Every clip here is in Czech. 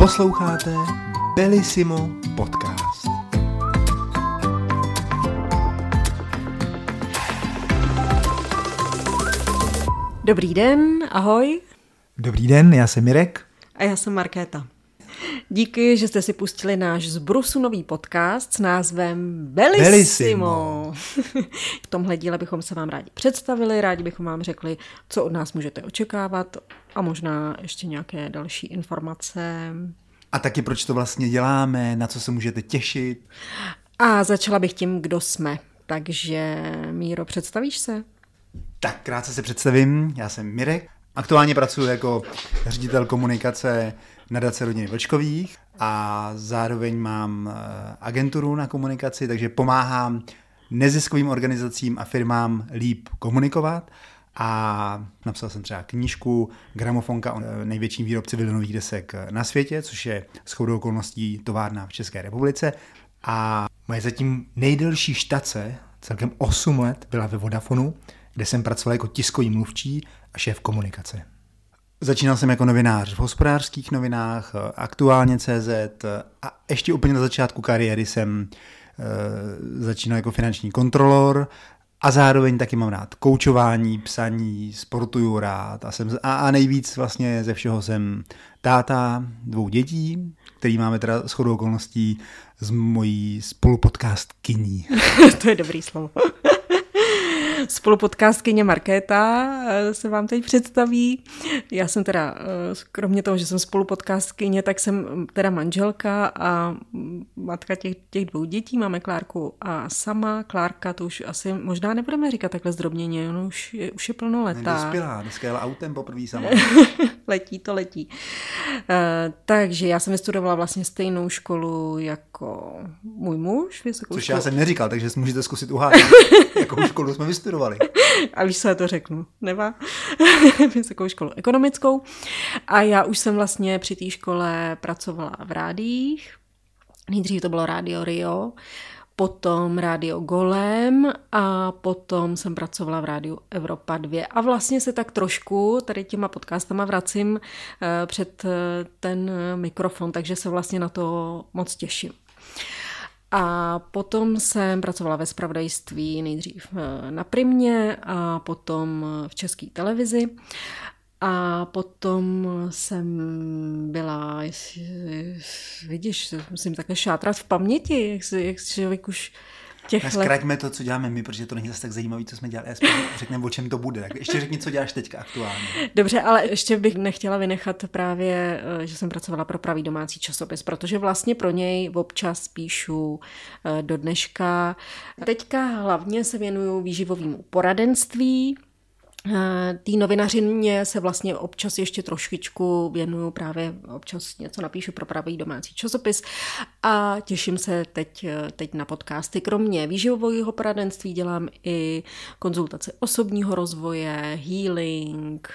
Posloucháte Bellissimo podcast. Dobrý den, ahoj. Dobrý den, já jsem Mirek. A já jsem Markéta. Díky, že jste si pustili náš zbrusu nový podcast s názvem Bellissimo. V tomhle díle bychom se vám rádi představili, rádi bychom vám řekli, co od nás můžete očekávat a možná ještě nějaké další informace. A taky proč to vlastně děláme, na co se můžete těšit. A začala bych tím, kdo jsme. Takže Míro, představíš se? Tak krátce se představím, já jsem Mirek. Aktuálně pracuji jako ředitel komunikace nadace rodiny Vlčkových a zároveň mám agenturu na komunikaci, takže pomáhám neziskovým organizacím a firmám líp komunikovat. A napsal jsem třeba knížku Gramofonka o největším výrobci vinylových desek na světě, což je shodou okolností továrna v České republice. A moje zatím nejdelší štace, celkem 8 let, byla ve Vodafonu, kde jsem pracoval jako tiskový mluvčí a šéf komunikace. Začínal jsem jako novinář v Hospodářských novinách, Aktuálně CZ a ještě úplně na začátku kariéry jsem začínal jako finanční kontrolor a zároveň taky mám rád koučování, psaní, sportuju rád a nejvíc vlastně ze všeho jsem táta 2 dětí, který máme teda shodou okolností s mojí spolupodcastkyní. To je dobrý slovo. Spolupodcastkyně Markéta se vám teď představí. Já jsem teda, kromě toho, že jsem spolupodcastkyně, tak jsem teda manželka a matka těch 2 dětí. Máme Klárku a sama. Klárka, to už asi možná nebudeme říkat takhle zdrobněně, ono už je plnoletá. Nedospělá, dneska jela autem poprvé sama. letí. Takže já jsem vystudovala vlastně stejnou školu jako můj muž. Což já jsem neříkal, takže si můžete zkusit uhádat, jakou školu jsme vystudovali. A víš, co já to řeknu, neba? Vysokou školu ekonomickou. A já už jsem vlastně při té škole pracovala v rádiích. Nejdřív to bylo Rádio Rio, potom Rádio Golem a potom jsem pracovala v Rádiu Evropa 2. A vlastně se tak trošku tady těma podcastama vracím před ten mikrofon, takže se vlastně na to moc těším. A potom jsem pracovala ve zpravodajství nejdřív na Primě a potom v České televizi. A potom jsem byla, vidíš, musím také šátrat v paměti, jak člověk už těch let... Zkraťme to, co děláme my, protože to není zase tak zajímavé, co jsme dělali. Já řekneme, o čem to bude. Tak ještě řekni, co děláš teďka aktuálně. Dobře, ale ještě bych nechtěla vynechat právě, že jsem pracovala pro Pravý domácí časopis, protože vlastně pro něj občas píšu do dneška. Teďka hlavně se věnuju výživovému poradenství. Té novinařině se vlastně občas ještě trošičku věnuju, právě občas něco napíšu pro Pravý domácí časopis a těším se teď na podcasty. Kromě výživového poradenství dělám i konzultace osobního rozvoje, healing,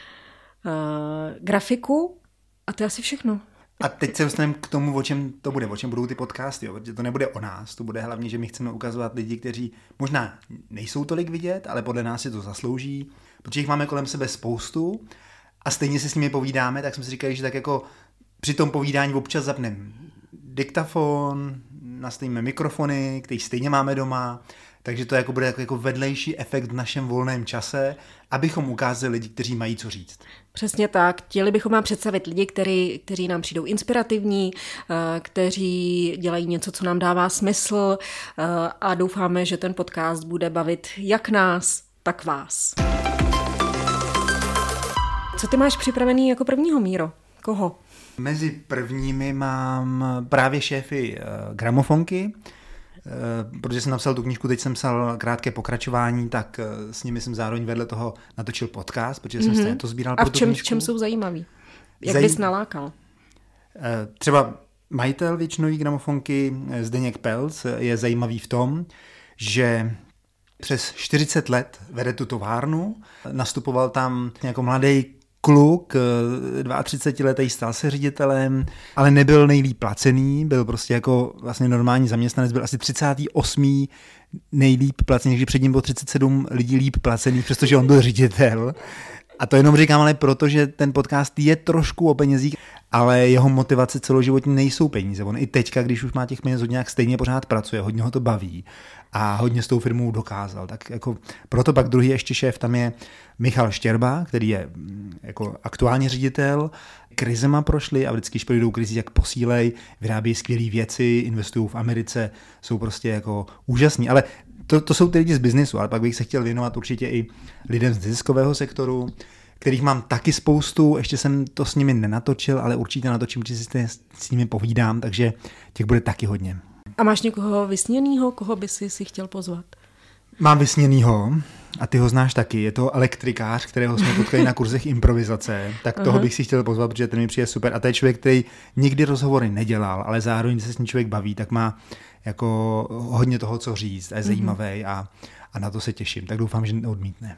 grafiku a to je asi všechno. A teď se dostaneme k tomu, o čem to bude, o čem budou ty podcasty, jo? Protože to nebude o nás, to bude hlavně, že my chceme ukazovat lidi, kteří možná nejsou tolik vidět, ale podle nás si to zaslouží, protože jich máme kolem sebe spoustu a stejně si s nimi povídáme, tak jsme si říkali, že tak jako při tom povídání občas zapneme diktafon, nastavíme mikrofony, který stejně máme doma, takže to jako bude jako vedlejší efekt v našem volném čase, abychom ukázali lidi, kteří mají co říct. Přesně tak. Chtěli bychom vám představit lidi, kteří nám přijdou inspirativní, kteří dělají něco, co nám dává smysl a doufáme, že ten podcast bude bavit jak nás, tak vás. Co ty máš připravený jako prvního, Míro? Koho? Mezi prvními mám právě šéfy Gramofonky, protože jsem napsal tu knížku, teď jsem psal krátké pokračování, tak s nimi jsem zároveň vedle toho natočil podcast, protože jsem se to sbíral pro tu knížku. A v čem jsou zajímaví? Jak bys nalákal? Třeba majitel většinový Gramofonky, Zdeněk Pelc, je zajímavý v tom, že přes 40 let vede tu továrnu, nastupoval tam jako mladý kluk, 32letý, stal se ředitelem, ale nebyl nejlíp placený, byl prostě jako vlastně normální zaměstnanec, byl asi 38. nejlíp placený, když před ním bylo 37 lidí líp placených, přestože on byl ředitel. A to jenom říkám, ale protože ten podcast je trošku o penězích, ale jeho motivace celoživotní nejsou peníze. On i teďka, když už má těch peněz hodně, jak stejně pořád pracuje, hodně ho to baví a hodně s tou firmou dokázal. Tak jako proto pak druhý ještě šéf tam je Michal Štěrba, který je jako aktuální ředitel. Krizema prošli a vždycky, když projdou krizi, jak posílej, vyrábějí skvělé věci, investují v Americe, jsou prostě jako úžasní. Ale to jsou ty lidi z biznesu, ale pak bych se chtěl věnovat určitě i lidem z neziskového sektoru, kterých mám taky spoustu, ještě jsem to s nimi nenatočil, ale určitě natočím, určitě si s nimi povídám, takže těch bude taky hodně. A máš někoho vysněnýho, koho by si chtěl pozvat? Mám vysněnýho a ty ho znáš taky, je to elektrikář, kterého jsme potkali na kurzech improvizace, tak toho bych si chtěl pozvat, protože ten mi přijde super. A to je člověk, který nikdy rozhovory nedělal, ale zároveň se s ním člověk baví, tak má jako hodně toho, co říct a je zajímavý a na to se těším, tak doufám, že neodmítne.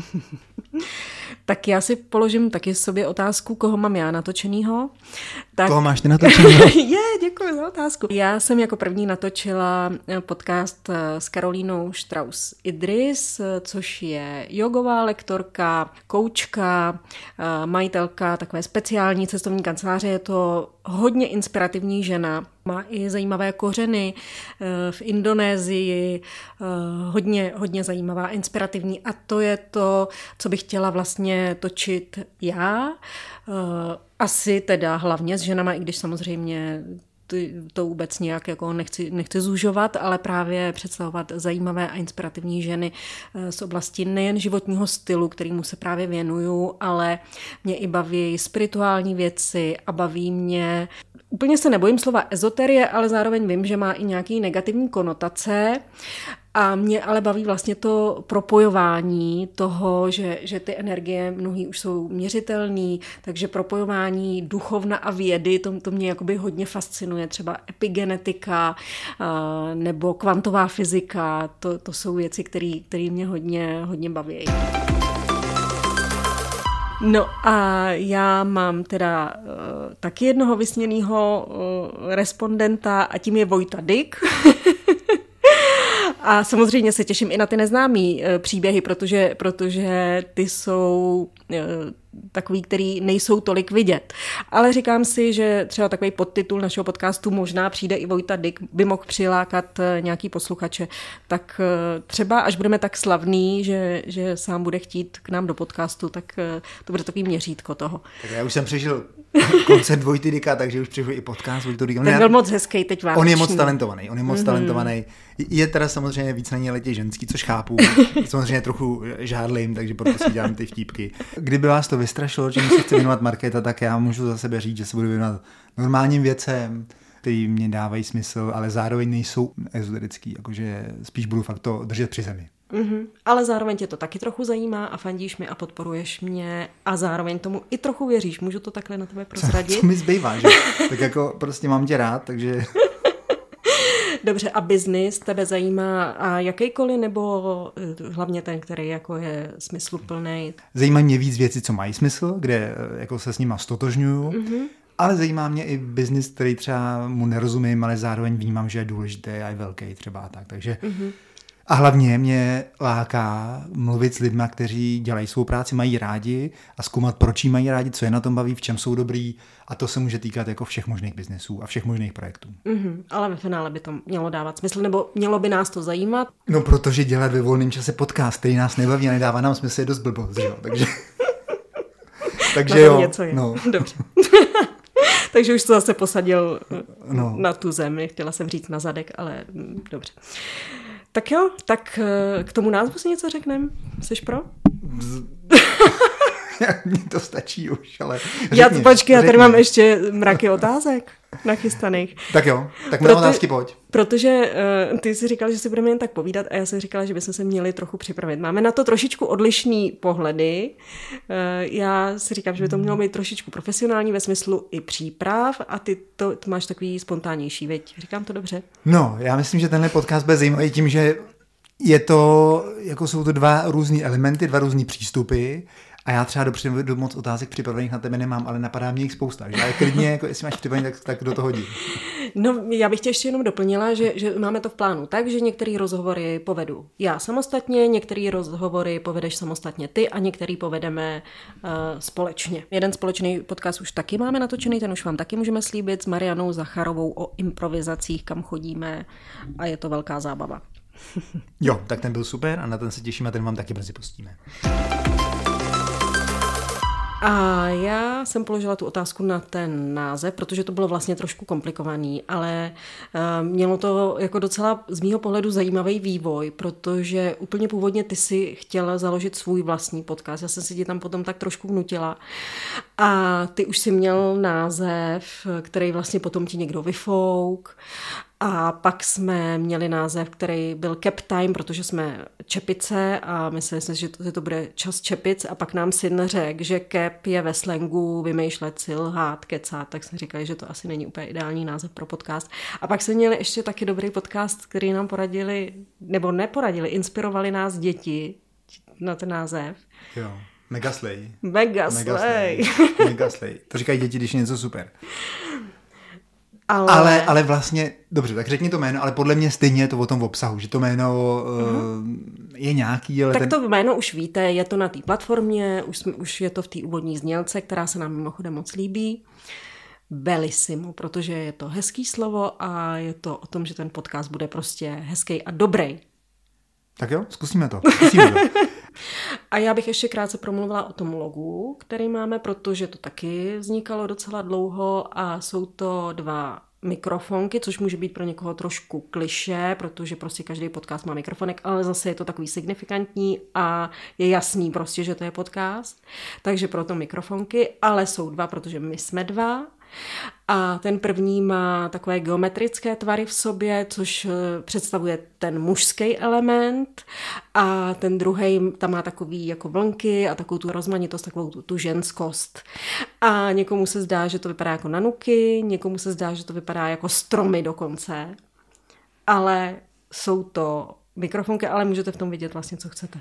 Tak já si položím taky sobě otázku, koho mám já natočenýho. Tak... Koho máš ty natočenýho? Děkuji za otázku. Já jsem jako první natočila podcast s Karolínou Strauss-Idris, což je jogová lektorka, koučka, majitelka takové speciální cestovní kanceláře. Je to hodně inspirativní žena, má i zajímavé kořeny v Indonésii, hodně zajímavá, inspirativní a to je to, co bych chtěla vlastně točit já. Asi teda hlavně s ženama, i když samozřejmě to vůbec nějak jako nechci zúžovat, ale právě představovat zajímavé a inspirativní ženy z oblasti nejen životního stylu, kterému se právě věnuju, ale mě i baví spirituální věci a baví mě, úplně se nebojím slova ezoterie, ale zároveň vím, že má i nějaký negativní konotace. A mě ale baví vlastně to propojování toho, že ty energie mnohý už jsou měřitelný, takže propojování duchovna a vědy, to mě jakoby hodně fascinuje, třeba epigenetika nebo kvantová fyzika, to jsou věci, které mě hodně baví. No a já mám teda taky jednoho vysněného respondenta a tím je Vojta Dyk. A samozřejmě se těším i na ty neznámý příběhy, protože ty jsou takový, který nejsou tolik vidět. Ale říkám si, že třeba takový podtitul našeho podcastu možná přijde i Vojta Dyk, by mohl přilákat nějaký posluchače. Tak třeba, až budeme tak slavný, že sám bude chtít k nám do podcastu, tak to bude takový měřítko toho. Tak já už jsem přežil koncert Vojty Dyka, takže už přežil i podcast Vojty Dyka. Ten byl moc hezký, teď vánoční. On je moc talentovaný. Je teda samozřejmě víc na něj letě ženský, což chápu. Samozřejmě trochu žádlím, takže proto si dělám ty vtípky. Kdyby vás to vystrašilo, že mi se chce věnovat Markéta, tak já můžu za sebe říct, že se budu věnovat normálním věcem, který mě dávají smysl, ale zároveň nejsou ezoterický, jakože spíš budu fakt to držet při zemi. Ale zároveň tě to taky trochu zajímá a fandíš mi a podporuješ mě a zároveň tomu i trochu věříš. Můžu to takhle na tebe prozradit? Co mi zbývá, že? Tak jako prostě mám tě rád, takže... Dobře, a biznis tebe zajímá a jakýkoliv, nebo hlavně ten, který jako je smysluplný? Zajímají mě víc věci, co mají smysl, kde jako se s nima stotožňuju, ale zajímá mě i biznis, který třeba mu nerozumím, ale zároveň vnímám, že je důležitý a je velký třeba a tak, takže... A hlavně mě láká mluvit s lidma, kteří dělají svou práci, mají rádi a zkoumat, proč jí mají rádi, co je na tom baví, v čem jsou dobrý a to se může týkat jako všech možných biznesů a všech možných projektů. Ale ve finále by to mělo dávat smysl, nebo mělo by nás to zajímat? No, protože dělat ve volném čase podcast, který nás nebaví a nedává nám smysl, je dost blbost, jo, takže... takže jo, něco je. No. Dobře. Takže už to zase posadil na tu zem, chtěla jsem říct na zadek, ale dobře. Tak jo, tak k tomu názvu si něco řekneme. Jseš pro? Mně to stačí už, ale... Počkej, já tady mám ještě mraky otázek nachystaných. Tak jo, tak na otázky pojď. Protože ty jsi říkal, že si budeme jen tak povídat a já jsem říkala, že bychom se měli trochu připravit. Máme na to trošičku odlišný pohledy. Já si říkám, že by to mělo být trošičku profesionální ve smyslu i příprav a ty to máš takový spontánnější, veď? Říkám to dobře? No, já myslím, že tenhle podcast bude zajímavý tím, že je to, jako jsou to dva různý elementy, dva různý přístupy A já třeba dopředu moc otázek připravených na tebe nemám, ale napadá mě jich spousta. Takže ale klidně, jako jestli máš připravený, tak do toho hodí. No, já bych tě ještě jenom doplnila, že máme to v plánu tak, že některé rozhovory povedu já samostatně, některé rozhovory povedeš samostatně ty a některý povedeme společně. Jeden společný podcast už taky máme natočený, ten už vám taky můžeme slíbit, s Marianou Zacharovou o improvizacích, kam chodíme a je to velká zábava. Jo, tak ten byl super a na ten se těším a ten vám taky brzy pustíme. A já jsem položila tu otázku na ten název, protože to bylo vlastně trošku komplikovaný, ale mělo to jako docela z mýho pohledu zajímavý vývoj, protože úplně původně ty si chtěla založit svůj vlastní podcast. Já jsem si ti tam potom tak trošku vnutila. A ty už si měl název, který vlastně potom ti někdo vyfouk. A pak jsme měli název, který byl Cap Time, protože jsme čepice a mysleli jsme, že to bude čas čepic a pak nám syn řekl, že cap je ve slangu vymýšlet si, lhát, kecat, tak jsme říkali, že to asi není úplně ideální název pro podcast. A pak jsme měli ještě taky dobrý podcast, který nám poradili, nebo neporadili, inspirovali nás děti na ten název. Jo. Megaslay. Megaslay. To říkají děti, když je něco super. Ale vlastně, dobře, tak řekni to jméno, ale podle mě stejně je to o tom obsahu, že to jméno je nějaký, ale tak to jméno už víte, je to na té platformě, už je to v té úvodní znělce, která se nám mimochodem moc líbí. Bellissimo, protože je to hezký slovo a je to o tom, že ten podcast bude prostě hezký a dobrý. Tak jo, zkusíme to. A já bych ještě krátce promluvila o tom logu, který máme, protože to taky vznikalo docela dlouho a jsou to 2 mikrofonky, což může být pro někoho trošku klišé, protože prostě každý podcast má mikrofonek, ale zase je to takový signifikantní a je jasný prostě, že to je podcast. Takže proto mikrofonky, ale jsou 2, protože my jsme 2. A ten první má takové geometrické tvary v sobě, což představuje ten mužský element a ten druhý tam má takový jako vlnky a takovou tu rozmanitost, takovou tu ženskost. A někomu se zdá, že to vypadá jako nanuky, někomu se zdá, že to vypadá jako stromy dokonce, ale jsou to mikrofonky, ale můžete v tom vidět vlastně, co chcete.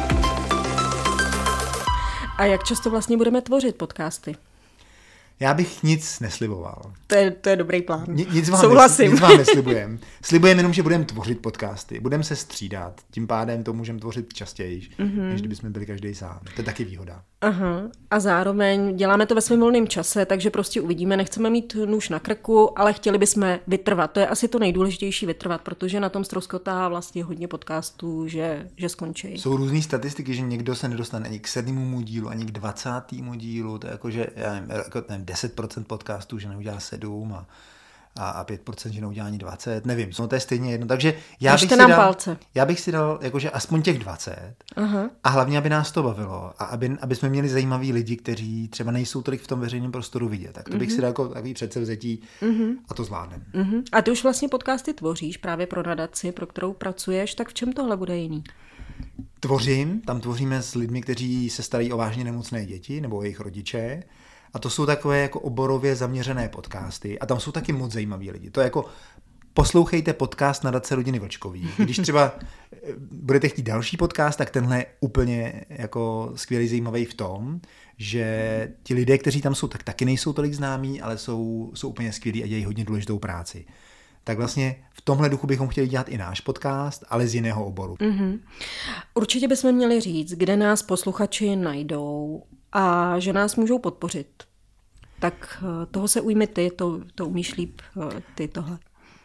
A jak často vlastně budeme tvořit podcasty? Já bych nic nesliboval. To je dobrý plán. Nic vám neslibujeme. Slibujeme jenom, že budeme tvořit podcasty. Budeme se střídat. Tím pádem to můžeme tvořit častěji, než kdybychom byli každý sám. To je taky výhoda. Aha. A zároveň děláme to ve svém volném čase, takže prostě uvidíme. Nechceme mít nůž na krku, ale chtěli bychom vytrvat. To je asi to nejdůležitější, vytrvat, protože na tom ztroskotá vlastně hodně podcastů, že skončí. Jsou různý statistiky, že někdo se nedostane ani k 7. dílu, ani k 20. dílu. To je jako, že já nevím, 10% podcastů, že neudělá 7 a 5%, že neudělá ani 20, nevím, no to je stejně jedno, takže já bych si dal jakože aspoň těch 20 a hlavně, aby nás to bavilo a aby jsme měli zajímavý lidi, kteří třeba nejsou tolik v tom veřejném prostoru vidět, tak to bych si dal jako takový předsevzetí a to zvládnem. A ty už vlastně podcasty tvoříš právě pro nadaci, pro kterou pracuješ, tak v čem tohle bude jiný? Tam tvoříme s lidmi, kteří se starají o vážně nemocné děti nebo o jejich rodiče. A to jsou takové jako oborově zaměřené podcasty a tam jsou taky moc zajímaví lidi. To je jako poslouchejte podcast Nadace rodiny Vlčkových. Když třeba budete chtít další podcast, tak tenhle je úplně jako skvělý zajímavý v tom, že ti lidé, kteří tam jsou, tak taky nejsou tolik známí, ale jsou úplně skvělí a dělají hodně důležitou práci. Tak vlastně v tomhle duchu bychom chtěli dělat i náš podcast, ale z jiného oboru. Určitě bychom měli říct, kde nás posluchači najdou a že nás můžou podpořit. Tak toho se ujmi ty, to umíš líp ty tohle.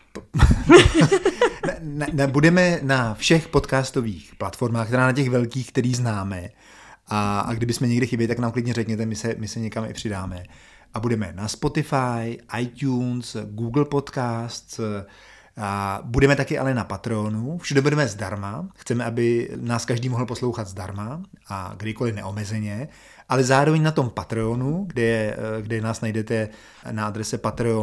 Budeme na všech podcastových platformách, teda na těch velkých, který známe. A kdybychom někde chyběli, tak nám klidně řekněte, my se někam i přidáme. A budeme na Spotify, iTunes, Google Podcasts, a budeme taky ale na Patreonu. Všude budeme zdarma. Chceme, aby nás každý mohl poslouchat zdarma a kdykoliv neomezeně. Ale zároveň na tom Patreonu, kde nás najdete na adrese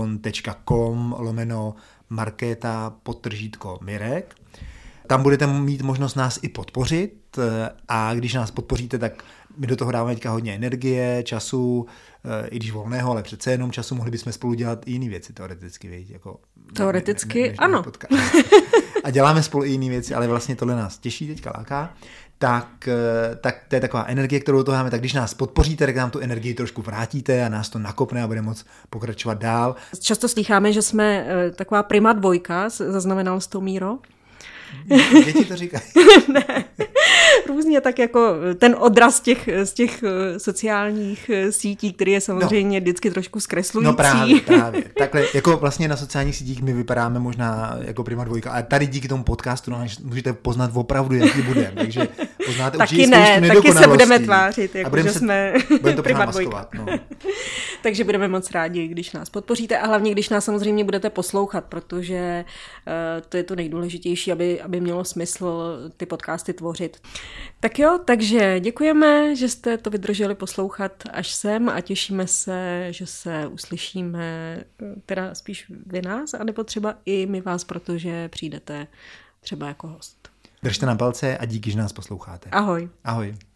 patreon.com/Markéta_Mirek. Tam budete mít možnost nás i podpořit a když nás podpoříte, tak my do toho dáváme teďka hodně energie, času, i když volného, ale přece jenom času mohli bychom spolu dělat i jiné věci, teoreticky, věď, jako teoreticky, ano. A děláme spolu i jiné věci, ale vlastně tohle nás těší, teďka láká. tak to je taková energie, kterou to máme, tak když nás podpoříte, tak nám tu energii trošku vrátíte a nás to nakopne a budeme moc pokračovat dál. Často slycháme, že jsme taková prima dvojka, zaznamenal jsi to, Míro? Děti to říkají. Ne, různě tak jako ten odraz z těch sociálních sítí, který je samozřejmě vždycky trošku zkreslující. No právě. Takhle, jako vlastně na sociálních sítích my vypadáme možná jako prima dvojka, ale tady díky tomu podcastu můžete poznat opravdu, jaký budeme, takže poznáte taky určitě spoustu nedokonalostí. Taky se budeme tvářit, jako že jsme prima dvojka. No. Takže budeme moc rádi, když nás podpoříte a hlavně, když nás samozřejmě budete poslouchat, protože to je to nejdůležitější, aby mělo smysl ty podcasty tvořit. Tak jo, takže děkujeme, že jste to vydrželi poslouchat až sem a těšíme se, že se uslyšíme, teda spíš vy nás, anebo třeba i my vás, protože přijdete třeba jako host. Držte nám palce a díky, že nás posloucháte. Ahoj. Ahoj.